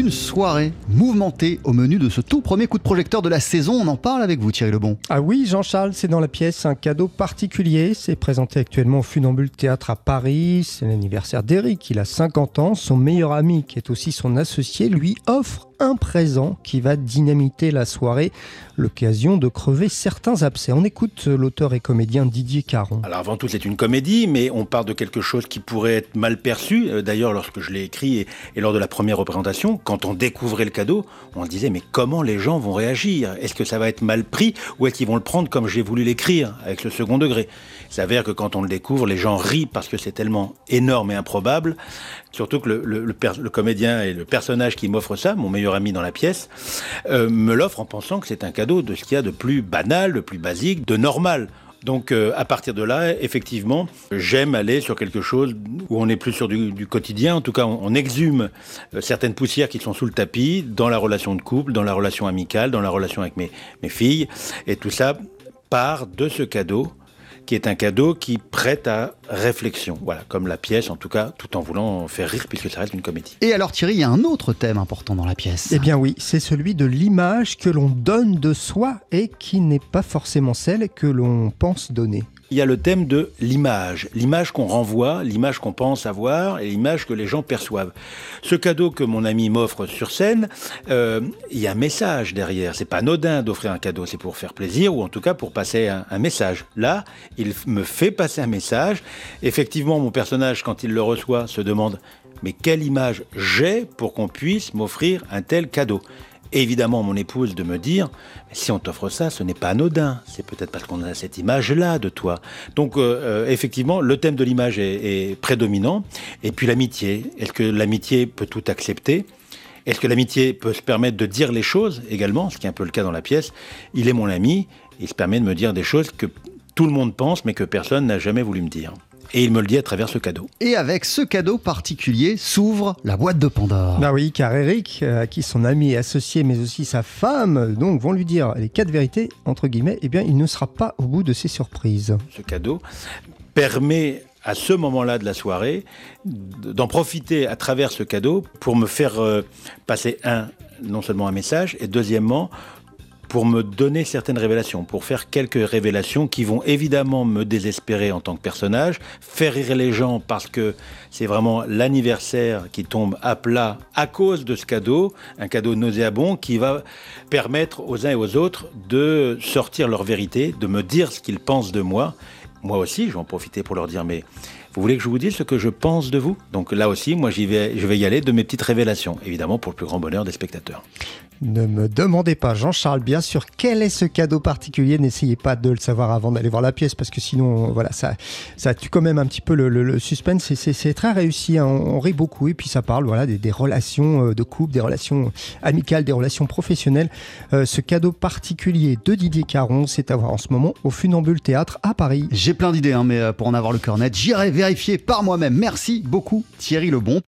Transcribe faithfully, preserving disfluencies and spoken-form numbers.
Une soirée mouvementée au menu de ce tout premier coup de projecteur de la saison. On en parle avec vous, Thierry Lebon. Ah oui, Jean-Charles, c'est dans la pièce un cadeau particulier. C'est présenté actuellement au Funambule Théâtre à Paris. C'est l'anniversaire d'Eric, il a cinquante ans. Son meilleur ami, qui est aussi son associé, lui offre un présent qui va dynamiter la soirée, l'occasion de crever certains abcès. On écoute l'auteur et comédien Didier Caron. Alors avant tout, c'est une comédie, mais on part de quelque chose qui pourrait être mal perçu. D'ailleurs, lorsque je l'ai écrit et, et lors de la première représentation, quand on découvrait le cadeau, on se disait mais comment les gens vont réagir ? Est-ce que ça va être mal pris ou est-ce qu'ils vont le prendre comme j'ai voulu l'écrire, avec le second degré ? Il s'avère que quand on le découvre, les gens rient parce que c'est tellement énorme et improbable, surtout que le, le, le, per, le comédien et le personnage qui m'offre ça, mon meilleur ami dans la pièce, euh, me l'offre en pensant que c'est un cadeau de ce qu'il y a de plus banal, de plus basique, de normal. Donc euh, à partir de là, effectivement, j'aime aller sur quelque chose où on n'est plus sur du, du quotidien. En tout cas, on, on exhume euh, certaines poussières qui sont sous le tapis dans la relation de couple, dans la relation amicale, dans la relation avec mes, mes filles. Et tout ça part de ce cadeau qui est un cadeau qui prête à réflexion. Voilà, comme la pièce, en tout cas, tout en voulant faire rire, puisque ça reste une comédie. Et alors Thierry, il y a un autre thème important dans la pièce. Eh bien oui, c'est celui de l'image que l'on donne de soi et qui n'est pas forcément celle que l'on pense donner. Il y a le thème de l'image, l'image qu'on renvoie, l'image qu'on pense avoir et l'image que les gens perçoivent. Ce cadeau que mon ami m'offre sur scène, euh, il y a un message derrière. C'est pas anodin d'offrir un cadeau, c'est pour faire plaisir ou en tout cas pour passer un, un message. Là, il me fait passer un message. Effectivement, mon personnage, quand il le reçoit, se demande « Mais quelle image j'ai pour qu'on puisse m'offrir un tel cadeau ?» Et évidemment, mon épouse de me dire « Si on t'offre ça, ce n'est pas anodin. C'est peut-être parce qu'on a cette image-là de toi. » Donc, euh, effectivement, le thème de l'image est, est prédominant. Et puis l'amitié. Est-ce que l'amitié peut tout accepter ? Est-ce que l'amitié peut se permettre de dire les choses également ? Ce qui est un peu le cas dans la pièce. Il est mon ami. Il se permet de me dire des choses que tout le monde pense, mais que personne n'a jamais voulu me dire. Et il me le dit à travers ce cadeau. Et avec ce cadeau particulier s'ouvre la boîte de Pandore. Ah oui, car Eric, à qui son ami et associé, mais aussi sa femme, donc vont lui dire les quatre vérités, entre guillemets, eh bien il ne sera pas au bout de ses surprises. Ce cadeau permet à ce moment-là de la soirée d'en profiter à travers ce cadeau pour me faire euh, passer, un, non seulement un message, et deuxièmement, pour me donner certaines révélations, pour faire quelques révélations qui vont évidemment me désespérer en tant que personnage, faire rire les gens parce que c'est vraiment l'anniversaire qui tombe à plat à cause de ce cadeau, un cadeau nauséabond qui va permettre aux uns et aux autres de sortir leur vérité, de me dire ce qu'ils pensent de moi. Moi aussi, je vais en profiter pour leur dire, mais vous voulez que je vous dise ce que je pense de vous ? Donc là aussi, moi, j'y vais, je vais y aller de mes petites révélations, évidemment pour le plus grand bonheur des spectateurs. Ne me demandez pas, Jean-Charles, bien sûr, quel est ce cadeau particulier. N'essayez pas de le savoir avant d'aller voir la pièce, parce que sinon, voilà, ça, ça tue quand même un petit peu le, le, le suspense. C'est, c'est, c'est très réussi, hein. on, on rit beaucoup, et puis ça parle voilà, des, des relations de couple, des relations amicales, des relations professionnelles. Euh, ce cadeau particulier de Didier Caron, c'est à voir en ce moment au Funambule Théâtre à Paris. J'ai plein d'idées, hein, mais pour en avoir le cœur net, j'irai vérifier par moi-même. Merci beaucoup Thierry Lebon.